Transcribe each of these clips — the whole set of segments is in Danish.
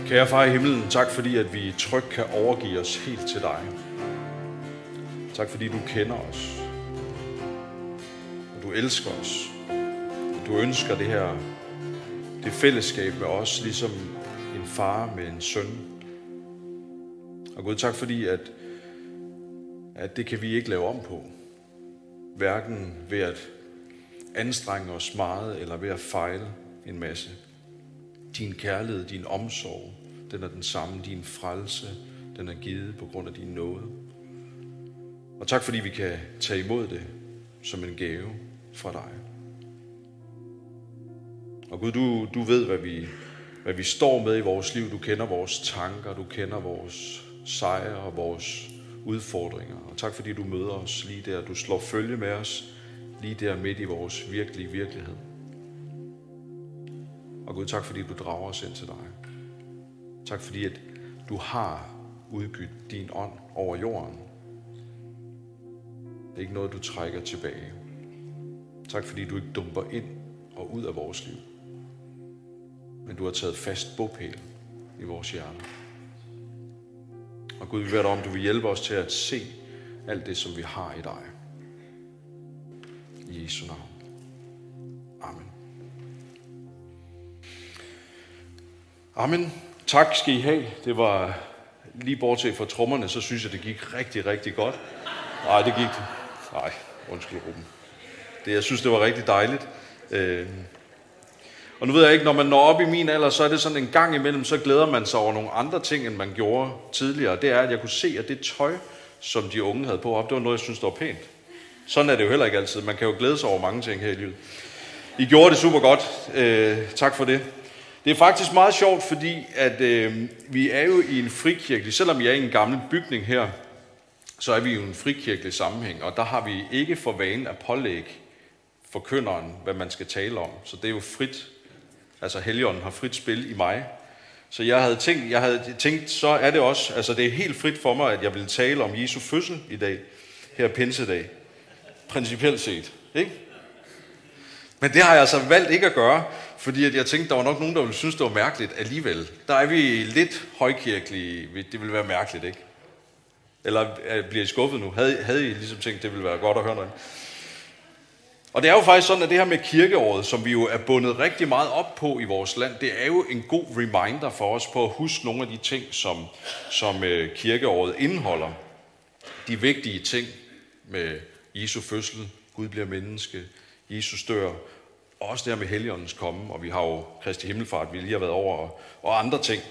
Kære far i himlen, tak fordi at vi trygt kan overgive os helt til dig. Tak fordi du kender os, og du elsker os, og du ønsker det fællesskab med os, ligesom en far med en søn. Og Gud, tak fordi at det kan vi ikke lave om på, hverken ved at anstrenge os meget eller ved at fejle en masse. Din kærlighed, din omsorg, den er den samme. Din frelse, den er givet på grund af din nåde. Og tak fordi vi kan tage imod det som en gave fra dig. Og Gud, du ved, hvad vi står med i vores liv. Du kender vores tanker, du kender vores sejre og vores udfordringer. Og tak fordi du møder os lige der. Du slår følge med os lige der midt i vores virkelige virkelighed. Og Gud, tak fordi du drager os ind til dig. Tak fordi at du har udgivet din ånd over jorden. Det er ikke noget, du trækker tilbage. Tak fordi du ikke dumper ind og ud af vores liv. Men du har taget fast bopæl i vores hjerte. Og Gud, vi beder dig om, du vil hjælpe os til at se alt det, som vi har i dig. I Jesu navn. Amen. Amen. Tak skal I have. Det var lige bortset fra trommerne, så synes jeg, det gik rigtig, rigtig godt. Undskyld, Ruben. Jeg synes, det var rigtig dejligt. Og nu ved jeg ikke, når man når op i min alder, så er det sådan en gang imellem, så glæder man sig over nogle andre ting, end man gjorde tidligere. Det er, at jeg kunne se, at det tøj, som de unge havde på op, det var noget, jeg synes, der var pænt. Sådan er det jo heller ikke altid. Man kan jo glæde sig over mange ting her i livet. I gjorde det super godt. Tak for det. Det er faktisk meget sjovt, fordi at vi er jo i en frikirkelig, selvom vi er i en gammel bygning her, så er vi jo i en frikirkelig sammenhæng, og der har vi ikke for vane at pålægge forkynderen, hvad man skal tale om. Så det er jo frit, altså Helligånden har frit spil i mig. Så jeg havde tænkt, så er det også, altså det er helt frit for mig, at jeg vil tale om Jesu fødsel i dag, her pinsedag, principielt set, ikke? Men det har jeg altså valgt ikke at gøre, fordi at jeg tænkte, der var nok nogen, der ville synes, det var mærkeligt alligevel. Der er vi lidt højkirkelige, det ville være mærkeligt, ikke? Eller bliver I skuffet nu? Havde I ligesom tænkt, det ville være godt at høre noget? Og det er jo faktisk sådan, at det her med kirkeåret, som vi jo er bundet rigtig meget op på i vores land, det er jo en god reminder for os på at huske nogle af de ting, som kirkeåret indeholder. De vigtige ting med Jesu fødsel, Gud bliver menneske, Jesus dør, og også det her med Helligåndens komme, og vi har jo Kristi himmelfart, vi lige har været over, og andre ting.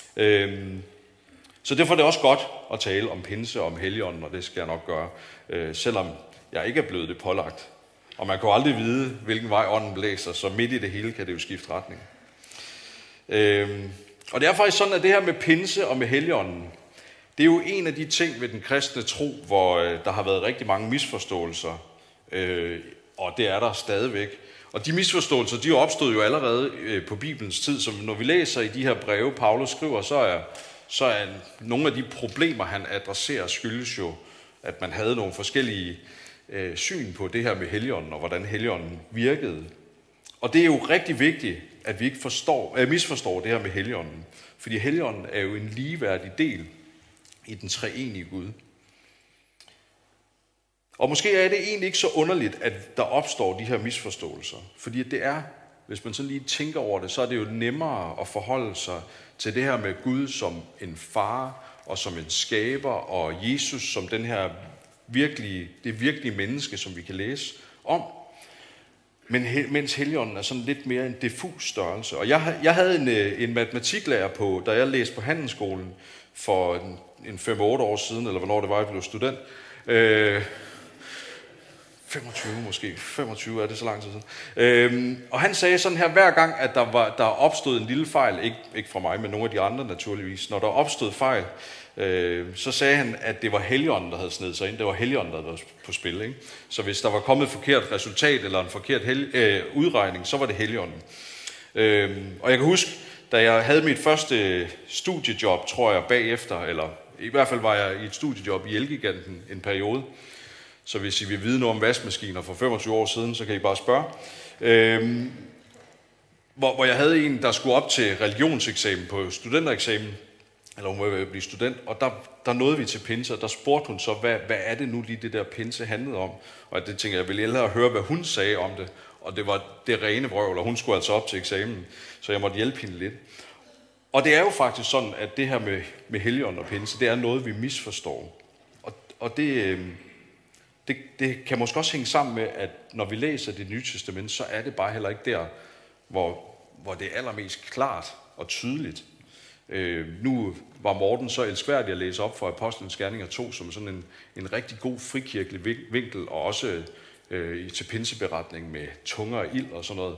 Så derfor er det også godt at tale om pinse og om Helligånden, og det skal jeg nok gøre, selvom jeg ikke er blevet det pålagt. Og man kan jo aldrig vide, hvilken vej ånden blæser, så midt i det hele kan det jo skifte retning. Og det er faktisk sådan, at det her med pinse og med Helligånden, det er jo en af de ting ved den kristne tro, hvor der har været rigtig mange misforståelser, og det er der stadigvæk. Og de misforståelser, de opstod jo allerede på Bibelens tid, så når vi læser i de her breve, Paulus skriver, så er nogle af de problemer, han adresserer, skyldes jo, at man havde nogle forskellige syn på det her med Helligånden, og hvordan Helligånden virkede. Og det er jo rigtig vigtigt, at vi ikke misforstår det her med Helligånden, fordi Helligånden er jo en ligeværdig del i den treenige Gud. Og måske er det egentlig ikke så underligt, at der opstår de her misforståelser, fordi det er, hvis man sådan lige tænker over det, så er det jo nemmere at forholde sig til det her med Gud som en far og som en skaber, og Jesus som den her det virkelige menneske, som vi kan læse om. Men mens Helligånden er sådan lidt mere en diffus størrelse. Og jeg havde en matematiklærer på, da jeg læste på handelsskolen for en 5-8 år siden, eller hvornår det var, jeg blev student. 25 måske. 25 er det så lang tid siden. Og han sagde sådan her, hver gang, at der opstod en lille fejl, ikke fra mig, men nogle af de andre naturligvis, når der opstod fejl, så sagde han, at det var Helligånden, der havde snedet sig ind. Det var Helligånden, der var på spil, ikke? Så hvis der var kommet et forkert resultat eller en forkert udregning, så var det Helligånden. Og jeg kan huske, da jeg havde mit første studiejob, tror jeg, bagefter, eller i hvert fald var jeg i et studiejob i Elgiganten en periode. Så hvis I vil vide noget om vaskemaskiner for 25 år siden, så kan I bare spørge. hvor jeg havde en, der skulle op til religionseksamen på studentereksamen, eller hun var blive student, og der nåede vi til pinse, og der spurgte hun så, hvad er det nu lige det der pinse handlede om? Og det tænkte jeg ville hellere høre, hvad hun sagde om det, og det var det rene vrøvl, og hun skulle altså op til eksamen, så jeg måtte hjælpe hende lidt. Og det er jo faktisk sådan, at det her med Helligånden og pinse, det er noget, vi misforstår. Og det kan måske også hænge sammen med, at når vi læser Det Nye Testament, så er det bare heller ikke der, hvor det er allermest klart og tydeligt. Nu var Morten så elskværdig at læse op for Apostlenes Gerninger 2, som sådan en rigtig god frikirkelig vinkel, og også til pinseberetning med tunger og ild og sådan noget.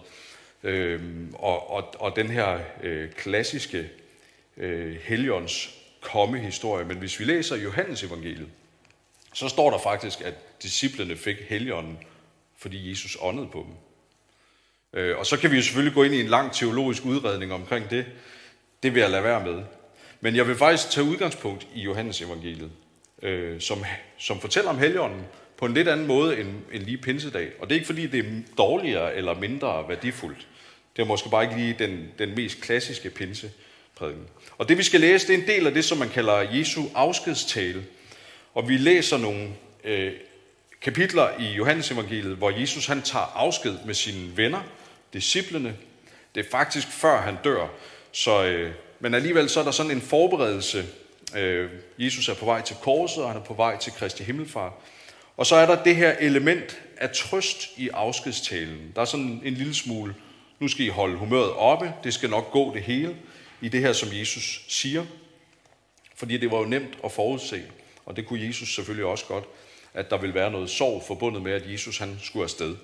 Og den her klassiske Helligåndens komme-historie. Men hvis vi læser Johannes evangeliet, så står der faktisk, at disciplene fik Helligånden, fordi Jesus åndede på dem. Og så kan vi jo selvfølgelig gå ind i en lang teologisk udredning omkring det. Det vil jeg lade være med. Men jeg vil faktisk tage udgangspunkt i Johannes evangeliet, som fortæller om Helligånden på en lidt anden måde end lige pinsedag. Og det er ikke fordi, det er dårligere eller mindre værdifuldt. Det er måske bare ikke lige den mest klassiske pinseprædiken. Og det vi skal læse, det er en del af det, som man kalder Jesu afskedstale. Og vi læser nogle kapitler i Johannes evangeliet, hvor Jesus han tager afsked med sine venner, disciplene. Det er faktisk før han dør. Men alligevel så er der sådan en forberedelse. Jesus er på vej til korset, og han er på vej til Kristi himmelfart. Og så er der det her element af trøst i afskedstalen. Der er sådan en lille smule, nu skal I holde humøret oppe, det skal nok gå det hele, i det her, som Jesus siger. Fordi det var jo nemt at forudse, og det kunne Jesus selvfølgelig også godt, at der ville være noget sorg forbundet med, at Jesus han skulle afsted.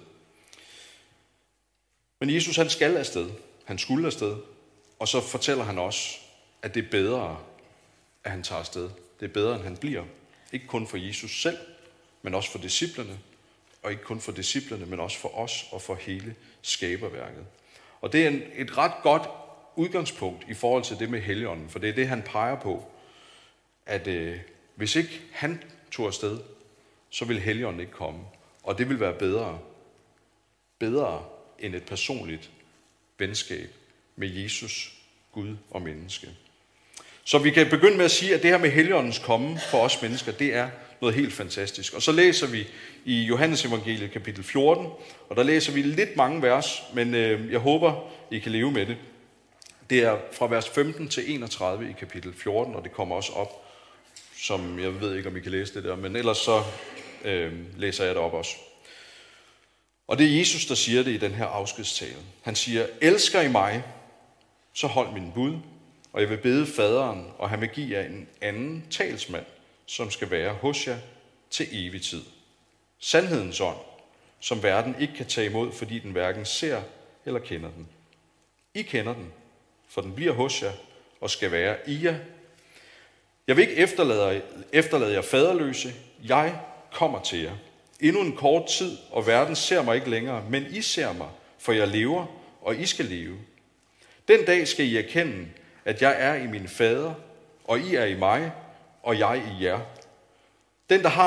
Men Jesus han skal afsted, han skulle afsted, og så fortæller han også, at det er bedre, at han tager afsted. Det er bedre, end han bliver. Ikke kun for Jesus selv, men også for disciplene, og ikke kun for disciplene, men også for os og for hele skaberværket. Og det er et ret godt udgangspunkt i forhold til det med Helligånden, for det er det, han peger på, at hvis ikke han tog afsted, så vil Helligånden ikke komme. Og det vil være bedre end et personligt venskab med Jesus, Gud og menneske. Så vi kan begynde med at sige, at det her med Helligåndens komme for os mennesker, det er noget helt fantastisk. Og så læser vi i Johannes evangeliet kapitel 14, og der læser vi lidt mange vers, men jeg håber, I kan leve med det. Det er fra vers 15 til 31 i kapitel 14, og det kommer også op, som jeg ved ikke, om I kan læse det der, men ellers så læser jeg det op også. Og det er Jesus, der siger det i den her afskedstale. Han siger, elsker I mig, så hold min bud, og jeg vil bede faderen, og han vil give jer en anden talsmand, som skal være hos jer til evig tid. Sandhedens ånd, som verden ikke kan tage imod, fordi den hverken ser eller kender den. I kender den, for den bliver hos jer og skal være i jer. Jeg vil ikke efterlade jer faderløse. Jeg kommer til jer. Endnu en kort tid, og verden ser mig ikke længere, men I ser mig, for jeg lever, og I skal leve. Den dag skal I erkende, at jeg er i min fader, og I er i mig, og jeg i jer. Den, der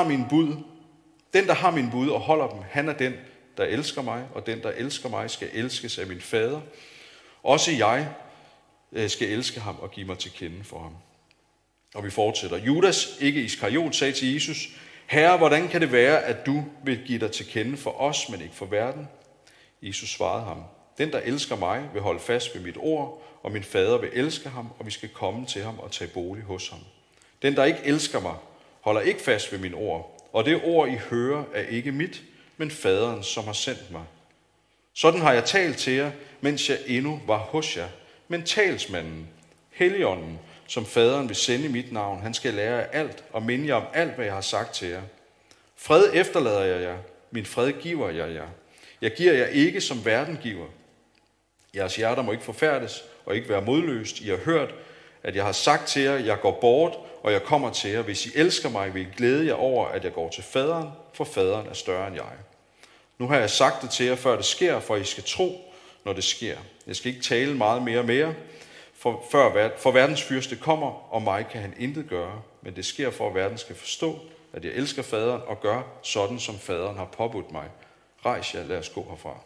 har min bud og holder dem, han er den, der elsker mig, og den, der elsker mig, skal elskes af min fader. Også jeg skal elske ham og give mig til kende for ham. Og vi fortsætter. Judas, ikke Iskariot, sagde til Jesus, Herre, hvordan kan det være, at du vil give dig til kende for os, men ikke for verden? Jesus svarede ham, den, der elsker mig, vil holde fast ved mit ord, og min fader vil elske ham, og vi skal komme til ham og tage bolig hos ham. Den, der ikke elsker mig, holder ikke fast ved min ord, og det ord, I hører, er ikke mit, men faderen, som har sendt mig. Sådan har jeg talt til jer, mens jeg endnu var hos jer. Men talsmanden, Helligånden, som faderen vil sende i mit navn, han skal lære jer alt og minde jer om alt, hvad jeg har sagt til jer. Fred efterlader jeg jer, min fred giver jeg jer. Jeg giver jer ikke, som verden giver. Jeres hjerter må ikke forfærdes og ikke være modløst. I har hørt, at jeg har sagt til jer, jeg går bort, og jeg kommer til jer. Hvis I elsker mig, vil I glæde jer over, at jeg går til faderen, for faderen er større end jeg. Nu har jeg sagt det til jer, før det sker, for I skal tro, når det sker. Jeg skal ikke tale meget mere med jer, for verdens fyrste kommer, og mig kan han intet gøre. Men det sker for, at verden skal forstå, at jeg elsker faderen og gør sådan, som faderen har påbudt mig. Rejs jer, lad os gå herfra.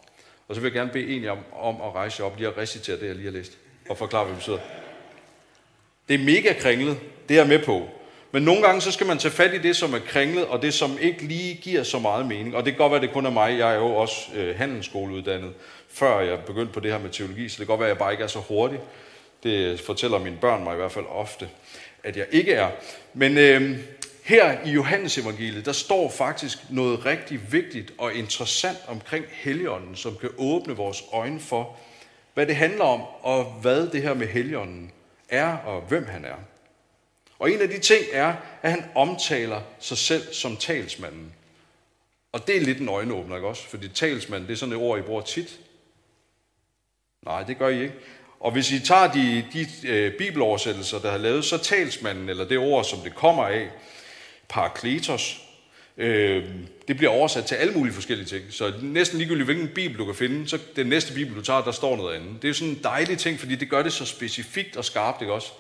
Og så vil jeg gerne bede en om at rejse jer op lige og recitere det, jeg lige har læst, og forklare, hvad det betyder. Det er mega kringlet, det er jeg med på. Men nogle gange så skal man tage fat i det, som er kringlet, og det, som ikke lige giver så meget mening. Og det kan godt være, det kun er mig. Jeg er jo også handelsskoleuddannet, før jeg begyndte på det her med teologi, så det kan godt være, at jeg bare ikke er så hurtig. Det fortæller mine børn mig i hvert fald ofte, at jeg ikke er. Men her i Johannes evangeliet, der står faktisk noget rigtig vigtigt og interessant omkring Helligånden, som kan åbne vores øjne for, hvad det handler om, og hvad det her med Helligånden er, og hvem han er. Og en af de ting er, at han omtaler sig selv som talsmanden. Og det er lidt en øjenåbner, ikke også? Fordi talsmand, det er sådan et ord, I bruger tit. Nej, det gør I ikke. Og hvis I tager de bibeloversættelser, der har lavet, så talsmanden, eller det ord, som det kommer af, parakletos, det bliver oversat til alle mulige forskellige ting. Så næsten ligegyldigt, hvilken bibel du kan finde, så den næste bibel, du tager, der står noget andet. Det er jo sådan en dejlig ting, fordi det gør det så specifikt og skarpt, ikke også?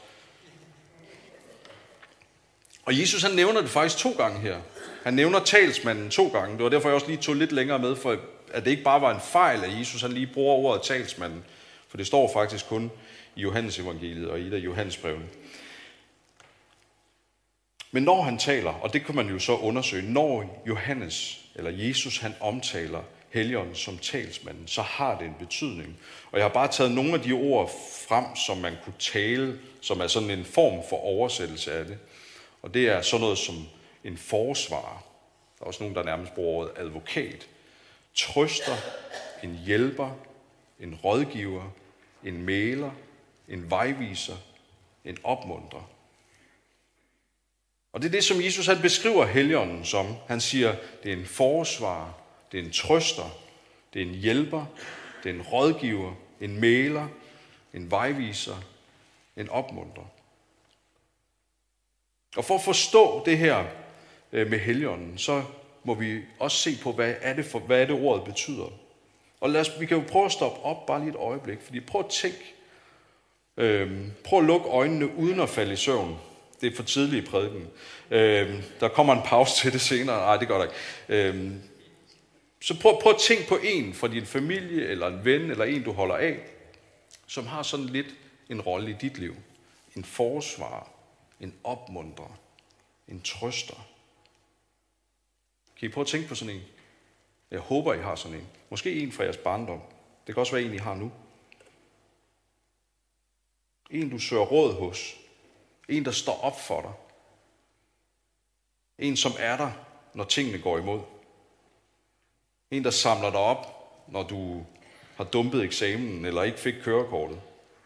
Og Jesus, han nævner det faktisk 2 gange her. Han nævner talsmanden 2 gange. Det var derfor, jeg også lige tog lidt længere med, for at det ikke bare var en fejl, at Jesus han lige bruger ordet talsmanden. For det står faktisk kun i Johannes evangeliet og i et af Johannes brevene. Men når han taler, og det kan man jo så undersøge, når Johannes eller Jesus han omtaler Helligånden som talsmanden, så har det en betydning. Og jeg har bare taget nogle af de ord frem, som man kunne tale, som er sådan en form for oversættelse af det. Og det er sådan noget som en forsvarer. Der er også nogen, der nærmest bruger ordet advokat. Trøster, en hjælper, en rådgiver, en mægler, en vejviser, en opmuntrer. Og det er det, som Jesus han beskriver Helligånden som. Han siger, det er en forsvarer, det er en trøster, det er en hjælper, det er en rådgiver, en mægler, en vejviser, en opmuntrer. Og for at forstå det her med Helligånden, så må vi også se på, hvad er det ordet betyder. Og vi kan jo prøve at stoppe op bare lige et øjeblik, fordi prøv at tænke. Prøv at lukke øjnene uden at falde i søvn. Det er for tidligt i prædiken. Der kommer en pause til det senere. Nej, det gør der ikke. Så prøv at tænke på en fra din familie, eller en ven, eller en, du holder af, som har sådan lidt en rolle i dit liv. En forsvarer, en opmuntrer, en trøster. Kan I prøve at tænke på sådan en? Jeg håber, I har sådan en. Måske en fra jeres barndom. Det kan også være en, I har nu. En, du søger råd hos. En, der står op for dig. En, som er der, når tingene går imod. En, der samler dig op, når du har dumpet eksamen eller ikke fik kørekortet.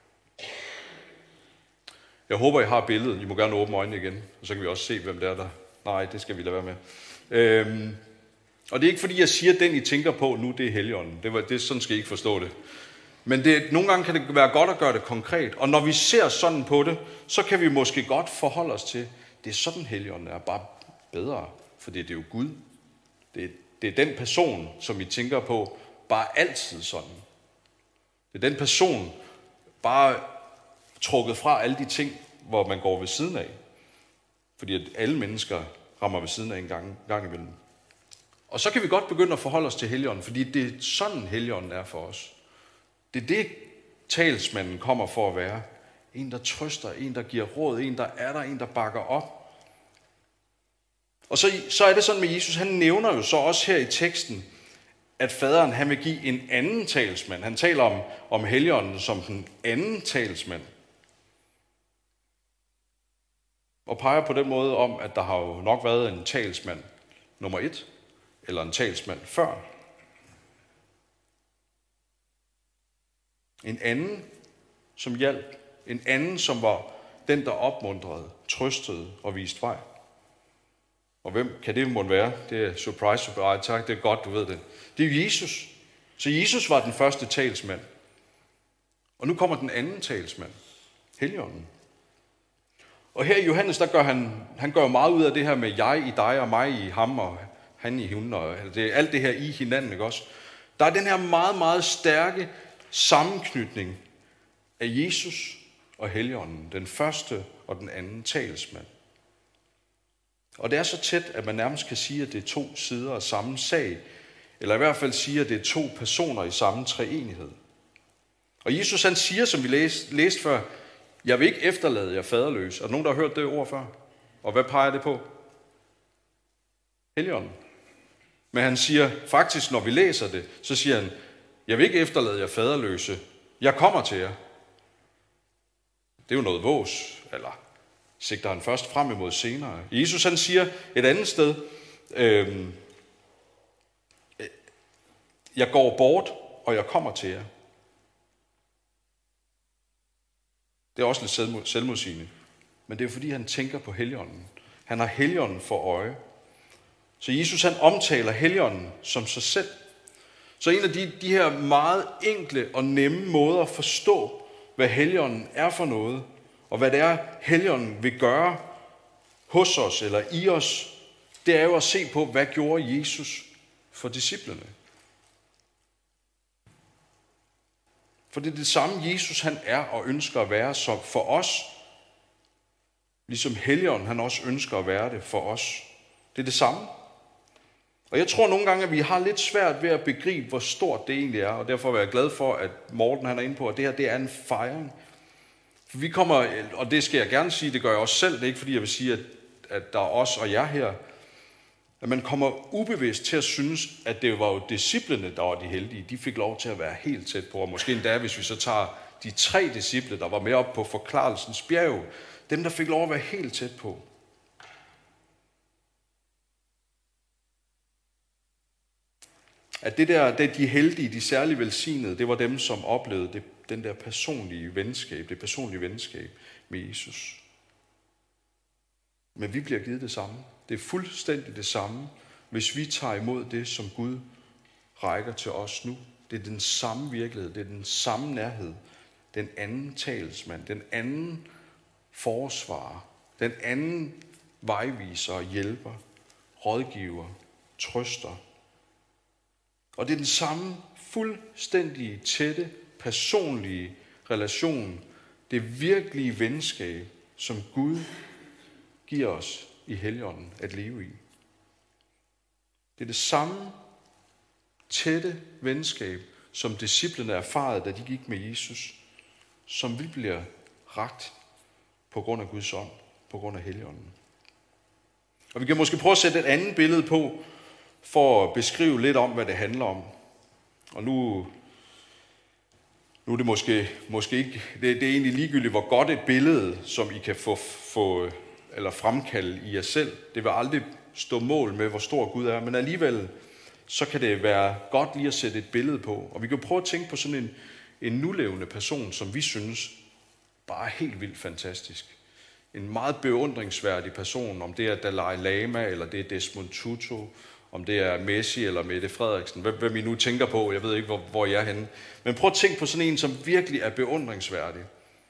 Jeg håber, I har billedet. I må gerne åbne øjnene igen, og så kan vi også se, hvem det er der. Nej, det skal vi lade være med. Og det er ikke fordi, jeg siger, at den, I tænker på nu, det er Helligånden. Sådan skal I ikke forstå det. Men nogle gange kan det være godt at gøre det konkret. Og når vi ser sådan på det, så kan vi måske godt forholde os til, det er sådan Helligånden er, bare bedre. For det er jo Gud. Det er den person, som I tænker på, bare altid sådan. Det er den person, bare trukket fra alle de ting, hvor man går ved siden af. Fordi at alle mennesker rammer ved siden af en gang imellem. Og så kan vi godt begynde at forholde os til Helligånden, fordi det er sådan Helligånden er for os. Det er det, talsmanden kommer for at være. En, der trøster, en, der giver råd, en, der er der, en, der bakker op. Og så er det sådan med Jesus, han nævner jo så også her i teksten, at faderen han vil give en anden talsmand. Han taler om Helligånden som den anden talsmand. Og peger på den måde om, at der har jo nok været en talsmand nummer 1, eller en talsmand før. En anden, som hjalp. En anden, som var den, der opmuntrede, trøstede og viste vej. Og hvem kan det måtte være? Det er surprise. Tak, det er godt, du ved det. Det er Jesus. Så Jesus var den første talsmand. Og nu kommer den anden talsmand. Helligånden. Og her i Johannes, der gør han gør meget ud af det her med jeg i dig, og mig i ham, og han i hende, og det, alt det her i hinanden, ikke også? Der er den her meget, meget stærke sammenknytning af Jesus og Helligånden, den første og den anden talsmand. Og det er så tæt, at man nærmest kan sige, at det er 2 sider af samme sag, Eller i hvert fald siger, at det er 2 personer i samme treenighed. Og Jesus han siger, som vi læste før, jeg vil ikke efterlade jer faderløs. Er der nogen, der har hørt det ord før? Og hvad peger det på? Helligånden. Men han siger faktisk, når vi læser det, så siger han, jeg vil ikke efterlade jer faderløse. Jeg kommer til jer. Det er jo noget vås, eller sigter han først frem imod senere. Jesus han siger et andet sted, jeg går bort, og jeg kommer til jer. Det er også lidt selvmodsigende. Men det er fordi, han tænker på Helligånden. Han har Helligånden for øje. Så Jesus han omtaler Helligånden som sig selv. Så en af de her meget enkle og nemme måder at forstå, hvad Helligånden er for noget, og hvad det er, Helligånden vil gøre hos os eller i os, det er jo at se på, hvad gjorde Jesus for disciplene. For det er det samme Jesus han er og ønsker at være som for os, ligesom Helligånden han også ønsker at være det for os. Det er det samme. Og jeg tror nogle gange, at vi har lidt svært ved at begribe, hvor stort det egentlig er, og derfor er jeg glad for, at Morten han er inde på, at det her det er en fejring. For vi kommer, og det skal jeg gerne sige, det gør jeg også selv, det er ikke fordi jeg vil sige, at der er os og jer her, at man kommer ubevidst til at synes, at det var jo disciplene, der var de heldige. De fik lov til at være helt tæt på, og måske endda, hvis vi så tager de 3 disciple, der var med op på forklarelsens bjerg, dem der fik lov at være helt tæt på. At det de heldige, de særligt velsignede, det var dem, som oplevede den der personlige venskab, det personlige venskab med Jesus. Men vi bliver givet det samme. Det er fuldstændig det samme, hvis vi tager imod det, som Gud rækker til os nu. Det er den samme virkelighed, det er den samme nærhed. Den anden talsmand, den anden forsvarer, den anden vejviser og hjælper, rådgiver, trøster. Og det er den samme fuldstændig tætte, personlige relation, det virkelige venskab, som Gud giver os i Helligånden at leve i. Det er det samme tætte venskab, som disciplene erfarede, da de gik med Jesus, som vi bliver rakt på grund af Guds ånd, på grund af Helligånden. Og vi kan måske prøve at sætte et andet billede på, for at beskrive lidt om, hvad det handler om. Og nu er det måske ikke, det er egentlig ligegyldigt, hvor godt et billede, som I kan få eller fremkalde i jer selv. Det vil aldrig stå mål med, hvor stor Gud er, men alligevel, så kan det være godt lige at sætte et billede på. Og vi kan prøve at tænke på sådan en nulevende person, som vi synes bare er helt vildt fantastisk. En meget beundringsværdig person, om det er Dalai Lama, eller det er Desmond Tutu, om det er Messi eller Mette Frederiksen, hvem I nu tænker på, jeg ved ikke, hvor jeg er henne. Men prøv at tænke på sådan en, som virkelig er beundringsværdig.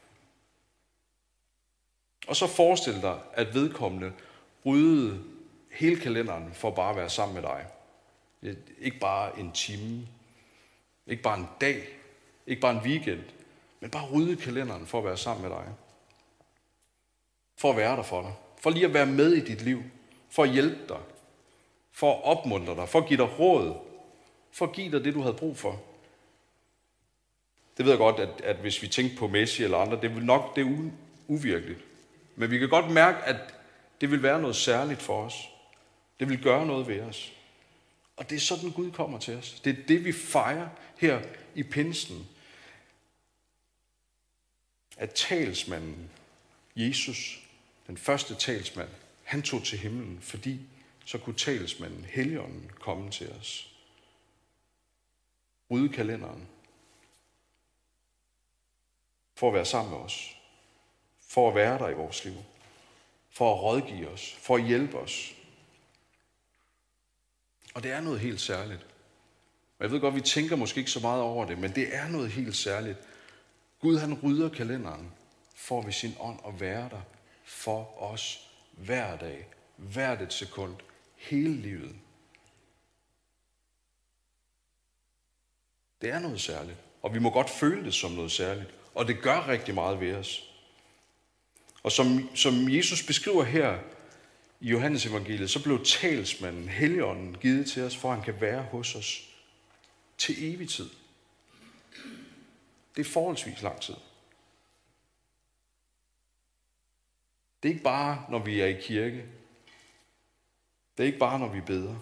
Og så forestil dig, at vedkommende ryddede hele kalenderen for bare at være sammen med dig. Ikke bare en time, ikke bare en dag, ikke bare en weekend, men bare rydde kalenderen for at være sammen med dig. For at være der for dig. For lige at være med i dit liv. For at hjælpe dig. For at opmuntre dig. For at give dig råd. For at give dig det, du havde brug for. Det ved jeg godt, at hvis vi tænker på Messi eller andre, det er uvirkeligt. Men vi kan godt mærke, at det vil være noget særligt for os. Det vil gøre noget ved os. Og det er sådan, Gud kommer til os. Det er det, vi fejrer her i pinsen. At talsmanden, Jesus, den første talsmand, han tog til himlen, fordi så kunne talsmanden, Helligånden, komme til os. Rydde kalenderen. For at være sammen med os. For at være der i vores liv. For at rådgive os. For at hjælpe os. Og det er noget helt særligt. Og jeg ved godt, vi tænker måske ikke så meget over det, men det er noget helt særligt. Gud han rydder kalenderen for ved sin ånd at være der for os hver dag, hvert et sekund, hele livet. Det er noget særligt, og vi må godt føle det som noget særligt, og det gør rigtig meget ved os. Og som Jesus beskriver her i Johannes evangeliet, så blev talsmanden, Helligånden, givet til os, for at han kan være hos os. til evig tid. Det er forholdsvis lang tid. Det er ikke bare, når vi er i kirke. Det er ikke bare, når vi beder.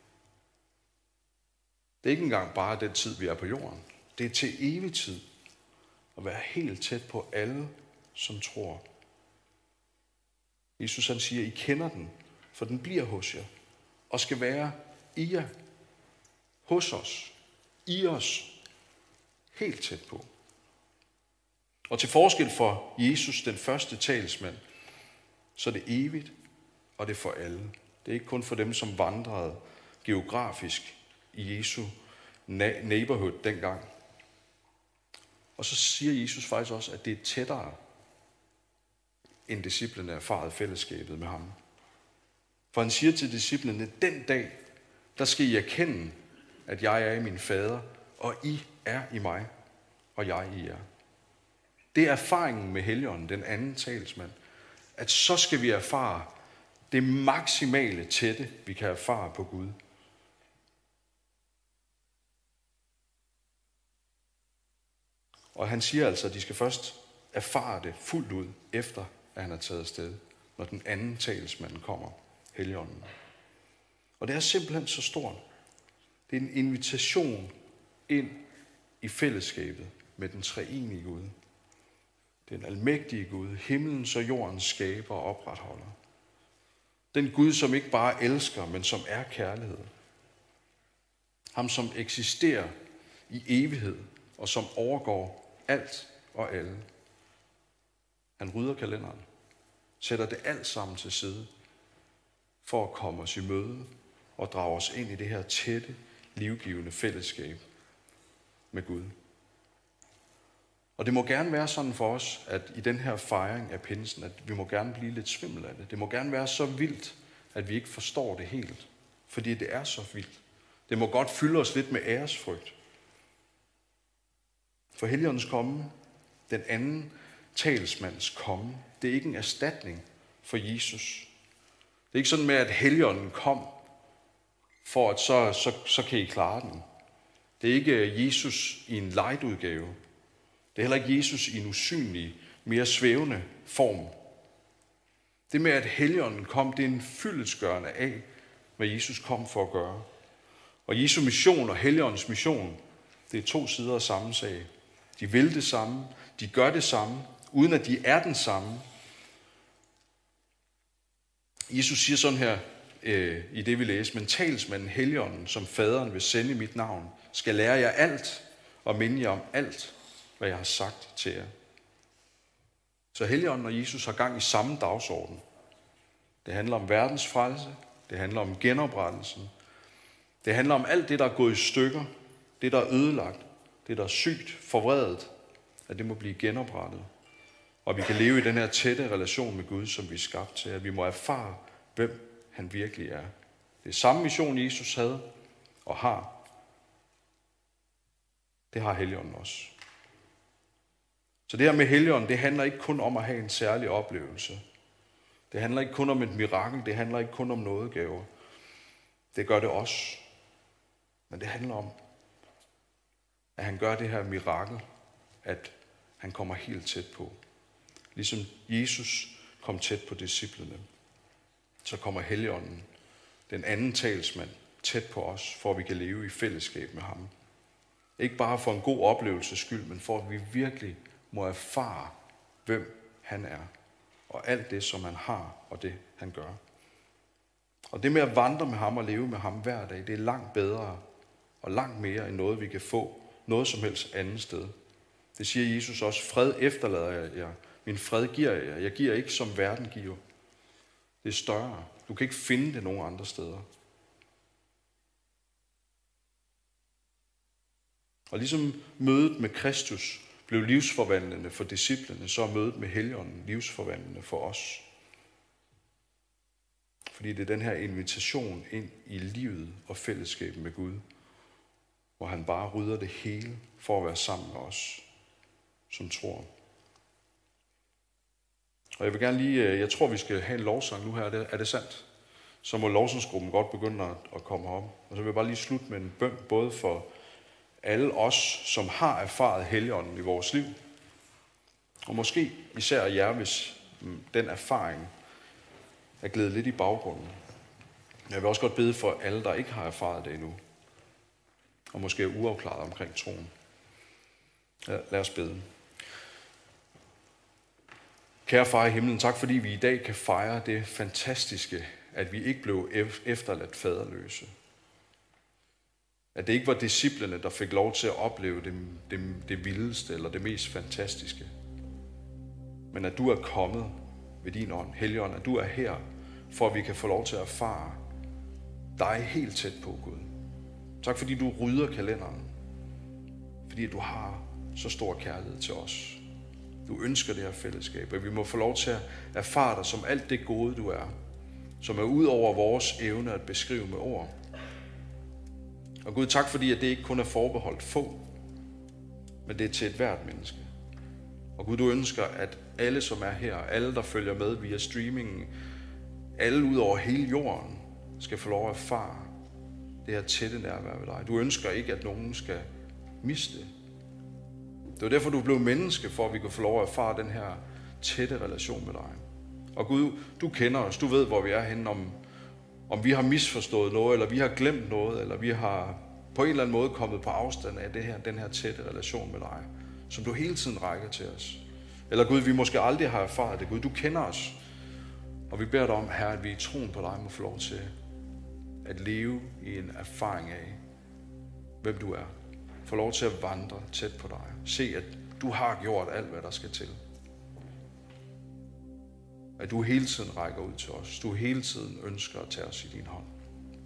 Det er ikke engang bare den tid, vi er på jorden. Det er til evig tid at være helt tæt på alle, som tror. Jesus han siger, I kender den, for den bliver hos jer, og skal være i jer, hos os, i os, helt tæt på. Og til forskel for Jesus, den første talsmand, så er det evigt, og det er for alle. Det er ikke kun for dem, som vandrede geografisk i Jesu neighborhood dengang. Og så siger Jesus faktisk også, at det er tættere, end disciplene erfarede fællesskabet med ham. For han siger til disciplene, den dag, der skal I erkende, at jeg er i min fader, og I er i mig, og jeg i jer. Det er erfaringen med Helligånden, den anden talsmand, at så skal vi erfare det maksimale tætte, vi kan erfare på Gud. Og han siger altså, at de skal først erfare det fuldt ud, efter at han er taget afsted, når den anden talsmand kommer, Helligånden. Og det er simpelthen så stort. Det er en invitation ind i fællesskabet med den treenige Gud. Den almægtige Gud, himlens og jordens skaber og opretholder. Den Gud, som ikke bare elsker, men som er kærlighed. Ham, som eksisterer i evighed, og som overgår alt og alle. Han rydder kalenderen, sætter det alt sammen til side, for at komme os i møde og drage os ind i det her tætte, livgivende fællesskab med Gud. Og det må gerne være sådan for os, at i den her fejring af pinsen, at vi må gerne blive lidt svimmel af det. Det må gerne være så vildt, at vi ikke forstår det helt, fordi det er så vildt. Det må godt fylde os lidt med æresfrygt. For Helligåndens komme, den anden talsmands komme, det er ikke en erstatning for Jesus. Det er ikke sådan med, at Helligånden kom, for at så kan I klare den. Det er ikke Jesus i en light-udgave. Det er heller ikke Jesus i en usynlig, mere svævende form. Det med, at Helligånden kom, det er en fyldestgørende af, hvad Jesus kom for at gøre. Og Jesu mission og Helligåndens mission, det er to sider af samme sag. De vil det samme, de gør det samme, uden at de er den samme. Jesus siger sådan her i det, vi læser, men talsmanden Helligånden, som faderen vil sende i mit navn, skal lære jer alt og minde jer om alt, hvad jeg har sagt til jer. Så Helligånden og Jesus har gang i samme dagsorden. Det handler om verdens frelse, det handler om genoprettelsen, det handler om alt det, der er gået i stykker, det, der er ødelagt, det, der er sygt, forvredet, at det må blive genoprettet. Og vi kan leve i den her tætte relation med Gud, som vi er skabt til, at vi må erfare, hvem han virkelig er. Det er samme mission, Jesus havde og har. Det har Helligånden også. Så det her med Helligånden, det handler ikke kun om at have en særlig oplevelse. Det handler ikke kun om et mirakel, det handler ikke kun om nådegaver. Det gør det også. Men det handler om, at han gør det her mirakel, at han kommer helt tæt på. Ligesom Jesus kom tæt på disciplene, så kommer Helligånden, den anden talsmand, tæt på os, for at vi kan leve i fællesskab med ham. Ikke bare for en god oplevelses skyld, men for at vi virkelig må erfare, hvem han er, og alt det, som han har, og det, han gør. Og det med at vandre med ham og leve med ham hver dag, det er langt bedre og langt mere end noget, vi kan få noget som helst andet sted. Det siger Jesus også, fred efterlader jeg jer, min fred giver jeg jer. Jeg giver ikke, som verden giver. Det er større. Du kan ikke finde det nogen andre steder. Og ligesom mødet med Kristus blev livsforvandlende for disciplene, så er mødet med Helligånden livsforvandlende for os. Fordi det er den her invitation ind i livet og fællesskabet med Gud, hvor han bare rydder det hele for at være sammen med os, som tror. Og jeg vil gerne lige, jeg tror vi skal have en lovsang nu her, er det sandt? Så må lovsangsgruppen godt begynde at komme op. Og så vil jeg bare lige slutte med en bøn, både for alle os, som har erfaret Helligånden i vores liv. Og måske især jer, hvis den erfaring er glædet lidt i baggrunden. Jeg vil også godt bede for alle, der ikke har erfaret det endnu, og måske er uafklaret omkring troen. Lad os bede. Kære far i himlen, tak fordi vi i dag kan fejre det fantastiske, at vi ikke blev efterladt faderløse. At det ikke var disciplene, der fik lov til at opleve det vildeste eller det mest fantastiske. Men at du er kommet ved din ånd, Helligånd, at du er her, for at vi kan få lov til at erfare dig helt tæt på, Gud. Tak fordi du rydder kalenderen. Fordi du har så stor kærlighed til os. Du ønsker det her fællesskab, og vi må få lov til at erfare dig som alt det gode, du er. Som er ud over vores evne at beskrive med ord. Og Gud, tak fordi, at det ikke kun er forbeholdt få, men det er til et hvert menneske. Og Gud, du ønsker, at alle, som er her, alle, der følger med via streamingen, alle ud over hele jorden, skal få lov at erfare det her tætte nærvær ved dig. Du ønsker ikke, at nogen skal miste det. Det var derfor, du blev menneske, for at vi kunne få lov at erfare den her tætte relation med dig. Og Gud, du kender os, du ved, hvor vi er henne, om vi har misforstået noget, eller vi har glemt noget, eller vi har på en eller anden måde kommet på afstand af den her tætte relation med dig, som du hele tiden rækker til os. Eller Gud, vi måske aldrig har erfaret det. Gud, du kender os, og vi beder dig om, Herre, at vi i troen på dig må få lov til at leve i en erfaring af, hvem du er. Få lov til at vandre tæt på dig. Se, at du har gjort alt, hvad der skal til. At du hele tiden rækker ud til os. Du hele tiden ønsker at tage os i din hånd.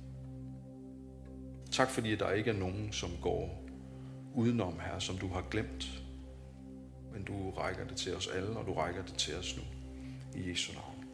Tak fordi der ikke er nogen, som går udenom, Herre, som du har glemt. Men du rækker det til os alle, og du rækker det til os nu. I Jesu navn.